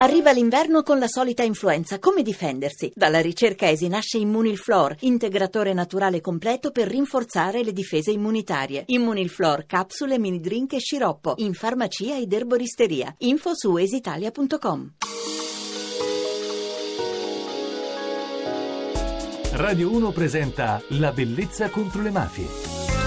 Arriva l'inverno con la solita influenza. Come difendersi? Dalla ricerca ESI nasce Immunilflor, integratore naturale completo per rinforzare le difese immunitarie. Immunilflor, capsule, mini drink e sciroppo. In farmacia ed erboristeria. Info su esitalia.com. Radio 1 presenta La bellezza contro le mafie.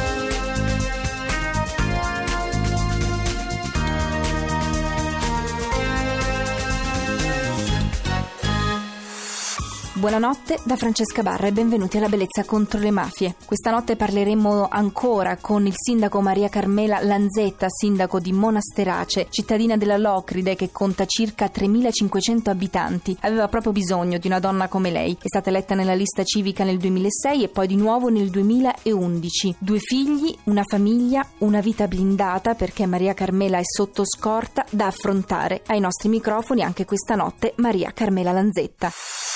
Buonanotte da Francesca Barra e benvenuti alla Bellezza contro le mafie. Questa notte parleremo ancora con il sindaco Maria Carmela Lanzetta, sindaco di Monasterace, cittadina della Locride che conta circa 3.500 abitanti. Aveva proprio bisogno di una donna come lei. È stata eletta nella lista civica nel 2006 e poi di nuovo nel 2011. 2 figli, una famiglia, una vita blindata perché Maria Carmela è sotto scorta da affrontare. Ai nostri microfoni anche questa notte Maria Carmela Lanzetta.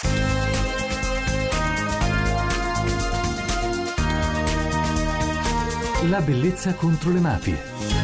La bellezza contro le mafie.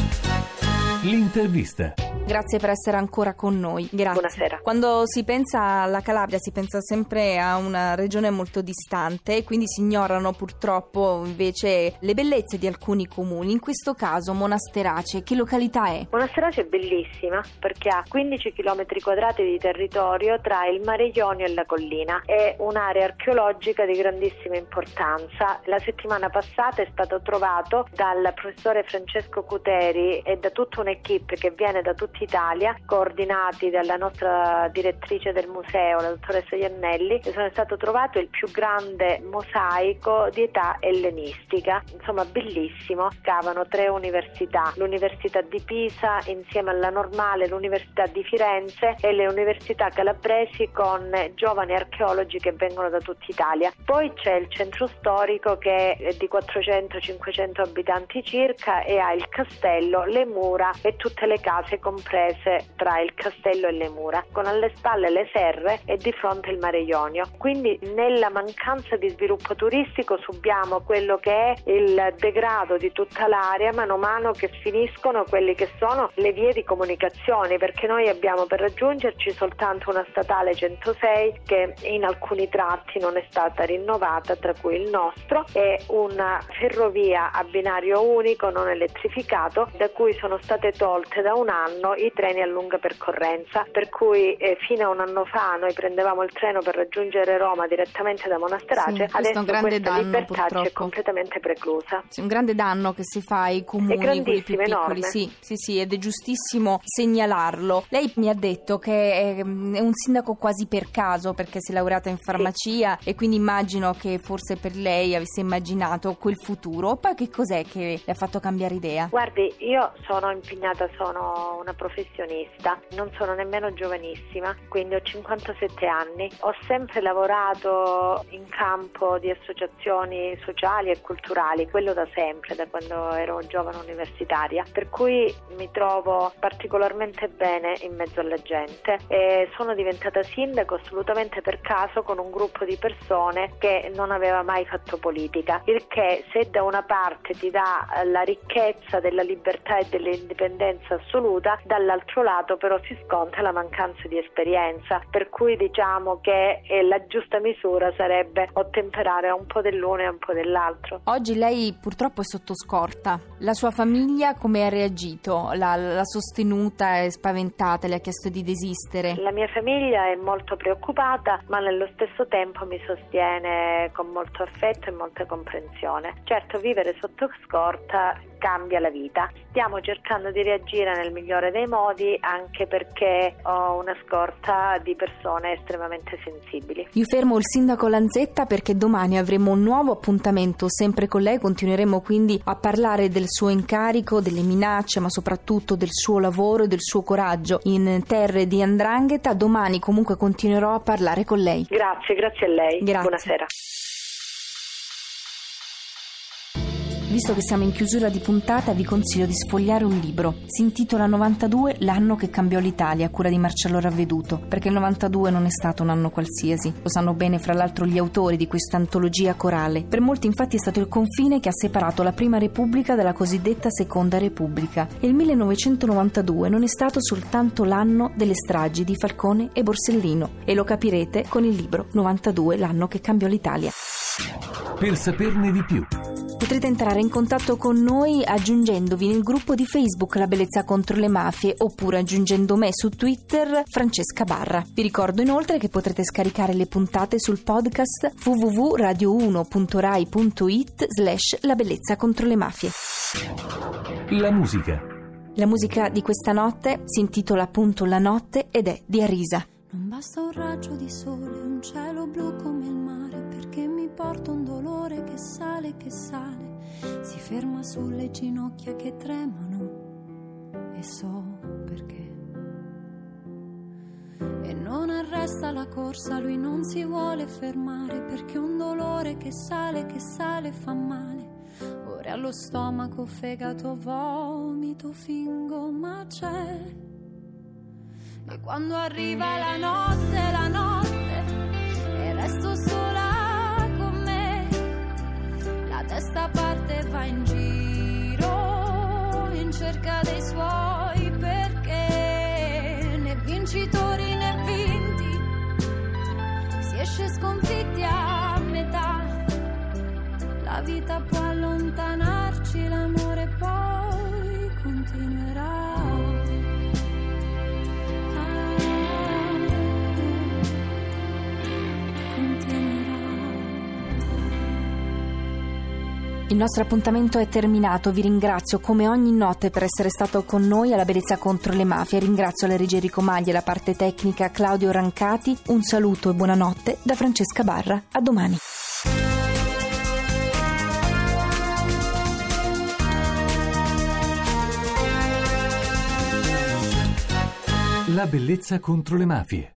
L'intervista. Grazie per essere ancora con noi. Grazie. Buonasera. Quando si pensa alla Calabria si pensa sempre a una regione molto distante e quindi si ignorano purtroppo invece le bellezze di alcuni comuni. In questo caso Monasterace, che località è? Monasterace è bellissima perché ha 15 km quadrati di territorio tra il Mare Ionio e la collina. È un'area archeologica di grandissima importanza. La settimana passata è stato trovato dal professore Francesco Cuteri e da tutta un'equipe che viene da tutta Italia, coordinati dalla nostra direttrice del museo, la dottoressa Iannelli, e è stato trovato il più grande mosaico di età ellenistica. Insomma, bellissimo. Scavano 3 università, l'Università di Pisa insieme alla Normale, l'Università di Firenze e le università calabresi con giovani archeologi che vengono da tutta Italia. Poi c'è il centro storico che è di 400-500 abitanti circa e ha il castello, le mura e tutte le case comprese tra il castello e le mura, con alle spalle le serre e di fronte il Mare Ionio. Quindi nella mancanza di sviluppo turistico subiamo quello che è il degrado di tutta l'area mano a mano che finiscono quelli che sono le vie di comunicazione, perché noi abbiamo per raggiungerci soltanto una statale 106 che in alcuni tratti non è stata rinnovata, tra cui il nostro, e una ferrovia a binario unico non elettrificato da cui sono state tolte da un anno i treni a lunga percorrenza, per cui fino a un anno fa noi prendevamo il treno per raggiungere Roma direttamente da Monasterace. Sì, adesso questa danno, libertà purtroppo. C'è completamente preclusa. C'è un grande danno che si fa ai comuni, quelli più piccoli. Enorme. Sì, ed è giustissimo segnalarlo. Lei mi ha detto che è un sindaco quasi per caso perché si è laureata in farmacia, sì. E quindi immagino che forse per lei avesse immaginato quel futuro. Poi che cos'è che le ha fatto cambiare idea? Guardi, io sono impegnata, sono una professionista, non sono nemmeno giovanissima, quindi ho 57 anni. Ho sempre lavorato in campo di associazioni sociali e culturali, quello da sempre, da quando ero giovane universitaria, per cui mi trovo particolarmente bene in mezzo alla gente e sono diventata sindaco assolutamente per caso con un gruppo di persone che non aveva mai fatto politica, il che se da una parte ti dà la ricchezza della libertà e dell'indipendenza assoluta, dall'altro lato però si sconta la mancanza di esperienza, per cui diciamo che la giusta misura sarebbe ottemperare a un po' dell'uno e un po' dell'altro. Oggi lei purtroppo è sotto scorta. La sua famiglia come ha reagito? L'ha sostenuta, è spaventata, le ha chiesto di desistere? La mia famiglia è molto preoccupata, ma nello stesso tempo mi sostiene con molto affetto e molta comprensione. Certo, vivere sotto scorta cambia la vita. Stiamo cercando di reagire nel migliore dei modi, anche perché ho una scorta di persone estremamente sensibili. Io fermo il sindaco Lanzetta perché domani avremo un nuovo appuntamento sempre con lei. Continueremo quindi a parlare del suo incarico, delle minacce, ma soprattutto del suo lavoro e del suo coraggio in terre di 'ndrangheta. Domani comunque continuerò a parlare con lei. Grazie a lei. Grazie. Buonasera. Visto che siamo in chiusura di puntata, vi consiglio di sfogliare un libro. Si intitola 92, l'anno che cambiò l'Italia, a cura di Marcello Ravveduto, perché il 92 non è stato un anno qualsiasi. Lo sanno bene fra l'altro gli autori di questa antologia corale. Per molti infatti è stato il confine che ha separato la Prima Repubblica dalla cosiddetta Seconda Repubblica. E il 1992 non è stato soltanto l'anno delle stragi di Falcone e Borsellino. E lo capirete con il libro 92, l'anno che cambiò l'Italia. Per saperne di più, potrete entrare in contatto con noi aggiungendovi nel gruppo di Facebook La Bellezza contro le Mafie oppure aggiungendo me su Twitter Francesca Barra. Vi ricordo inoltre che potrete scaricare le puntate sul podcast www.radio1.rai.it/La Bellezza contro le Mafie. la musica. La musica di questa notte si intitola appunto La notte ed è di Arisa. Non basta un raggio di sole, un cielo blu come il mare, perché mi porta un dolore che sale, si ferma sulle ginocchia che tremano e so perché. E non arresta la corsa, lui non si vuole fermare, perché un dolore che sale fa male. Ora allo stomaco, fegato, vomito, fingo, ma c'è. E quando arriva la notte e resto sola con me, la testa parte e va in giro in cerca dei suoi perché, né vincitori né vinti, si esce sconfitti a metà. La vita può allontanarci, l'amore poi continuerà. Il nostro appuntamento è terminato, vi ringrazio come ogni notte per essere stato con noi alla Bellezza contro le Mafie. Ringrazio la regia Enrico Maglia e la parte tecnica Claudio Rancati. Un saluto e buonanotte da Francesca Barra. A domani. La Bellezza contro le Mafie.